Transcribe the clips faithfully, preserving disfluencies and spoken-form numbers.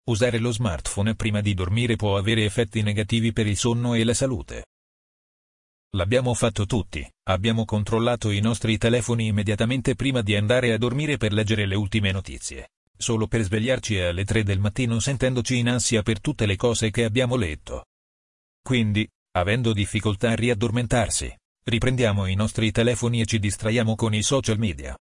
Usare lo smartphone prima di dormire può avere effetti negativi per il sonno e la salute. L'abbiamo fatto tutti, abbiamo controllato i nostri telefoni immediatamente prima di andare a dormire per leggere le ultime notizie, solo per svegliarci alle tre del mattino sentendoci in ansia per tutte le cose che abbiamo letto. Quindi, avendo difficoltà a riaddormentarsi, riprendiamo i nostri telefoni e ci distraiamo con i social media.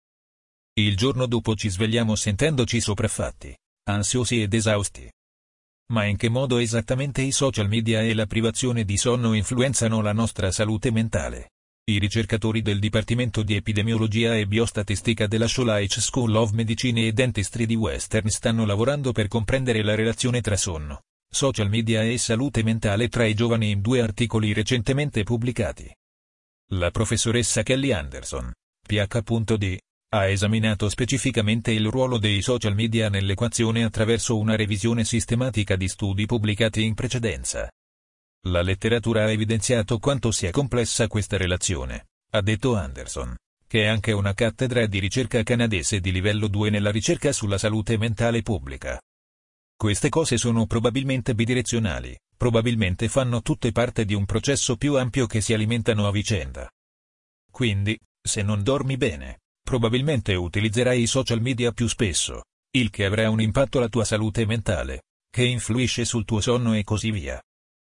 Il giorno dopo ci svegliamo sentendoci sopraffatti, ansiosi ed esausti. Ma in che modo esattamente i social media e la privazione di sonno influenzano la nostra salute mentale? I ricercatori del Dipartimento di Epidemiologia e Biostatistica della Shoreline School of Medicine e Dentistry di Western stanno lavorando per comprendere la relazione tra sonno, social media e salute mentale tra i giovani in due articoli recentemente pubblicati. La professoressa Kelly Anderson, P H D, ha esaminato specificamente il ruolo dei social media nell'equazione attraverso una revisione sistematica di studi pubblicati in precedenza. La letteratura ha evidenziato quanto sia complessa questa relazione, ha detto Anderson, che è anche una cattedra di ricerca canadese di livello due nella ricerca sulla salute mentale pubblica. Queste cose sono probabilmente bidirezionali, probabilmente fanno tutte parte di un processo più ampio che si alimentano a vicenda. Quindi, se non dormi bene, probabilmente utilizzerai i social media più spesso, il che avrà un impatto alla tua salute mentale, che influisce sul tuo sonno e così via.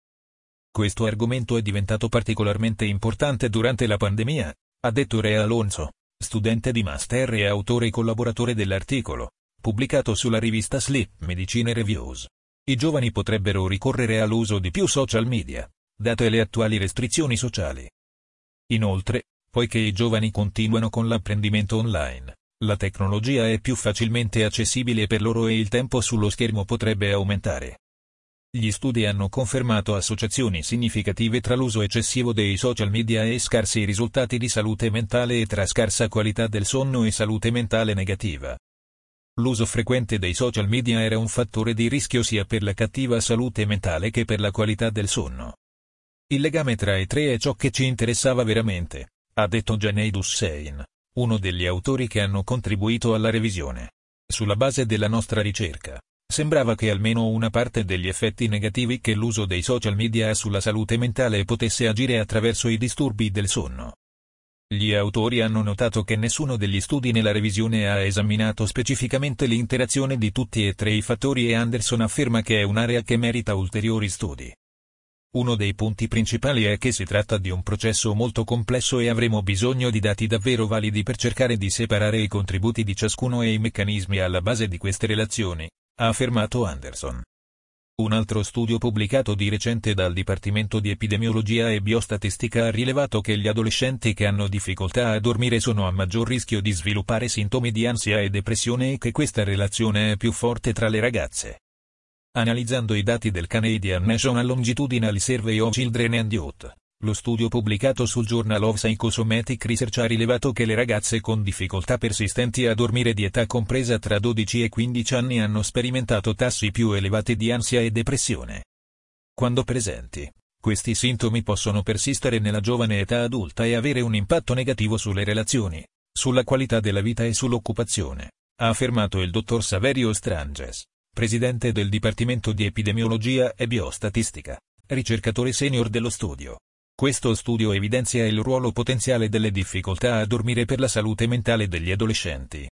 Questo argomento è diventato particolarmente importante durante la pandemia, ha detto Rea Alonso, studente di master e autore collaboratore dell'articolo, pubblicato sulla rivista Sleep Medicine Reviews. I giovani potrebbero ricorrere all'uso di più social media, date le attuali restrizioni sociali. Inoltre, poiché i giovani continuano con l'apprendimento online, la tecnologia è più facilmente accessibile per loro e il tempo sullo schermo potrebbe aumentare. Gli studi hanno confermato associazioni significative tra l'uso eccessivo dei social media e scarsi risultati di salute mentale e tra scarsa qualità del sonno e salute mentale negativa. L'uso frequente dei social media era un fattore di rischio sia per la cattiva salute mentale che per la qualità del sonno. Il legame tra i tre è ciò che ci interessava veramente, ha detto Junaid Hussain, uno degli autori che hanno contribuito alla revisione. Sulla base della nostra ricerca, sembrava che almeno una parte degli effetti negativi che l'uso dei social media ha sulla salute mentale potesse agire attraverso i disturbi del sonno. Gli autori hanno notato che nessuno degli studi nella revisione ha esaminato specificamente l'interazione di tutti e tre i fattori e Anderson afferma che è un'area che merita ulteriori studi. Uno dei punti principali è che si tratta di un processo molto complesso e avremo bisogno di dati davvero validi per cercare di separare i contributi di ciascuno e i meccanismi alla base di queste relazioni, ha affermato Anderson. Un altro studio pubblicato di recente dal Dipartimento di Epidemiologia e Biostatistica ha rilevato che gli adolescenti che hanno difficoltà a dormire sono a maggior rischio di sviluppare sintomi di ansia e depressione e che questa relazione è più forte tra le ragazze. Analizzando i dati del Canadian National Longitudinal Survey of Children and Youth, lo studio pubblicato sul Journal of Psychosomatic Research ha rilevato che le ragazze con difficoltà persistenti a dormire di età compresa tra dodici e quindici anni hanno sperimentato tassi più elevati di ansia e depressione. Quando presenti, questi sintomi possono persistere nella giovane età adulta e avere un impatto negativo sulle relazioni, sulla qualità della vita e sull'occupazione, ha affermato il dottor Saverio Stranges, presidente del Dipartimento di Epidemiologia e Biostatistica, ricercatore senior dello studio. Questo studio evidenzia il ruolo potenziale delle difficoltà a dormire per la salute mentale degli adolescenti.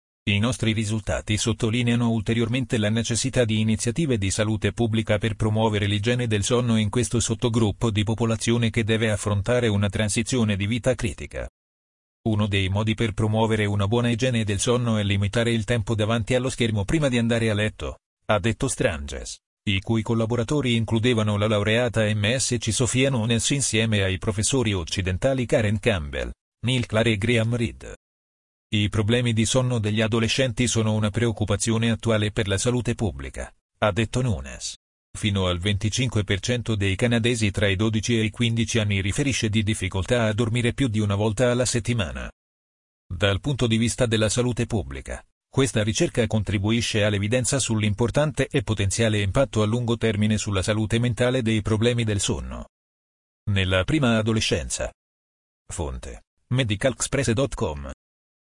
I nostri risultati sottolineano ulteriormente la necessità di iniziative di salute pubblica per promuovere l'igiene del sonno in questo sottogruppo di popolazione che deve affrontare una transizione di vita critica. Uno dei modi per promuovere una buona igiene del sonno è limitare il tempo davanti allo schermo prima di andare a letto, ha detto Stranges, i cui collaboratori includevano la laureata M S C Sophia Nunes insieme ai professori occidentali Karen Campbell, Neil Clare e Graham Reed. I problemi di sonno degli adolescenti sono una preoccupazione attuale per la salute pubblica, ha detto Nunes. Fino al venticinque per cento dei canadesi tra i dodici e i quindici anni riferisce di difficoltà a dormire più di una volta alla settimana. Dal punto di vista della salute pubblica, questa ricerca contribuisce all'evidenza sull'importante e potenziale impatto a lungo termine sulla salute mentale dei problemi del sonno nella prima adolescenza. Fonte: medicalexpress punto com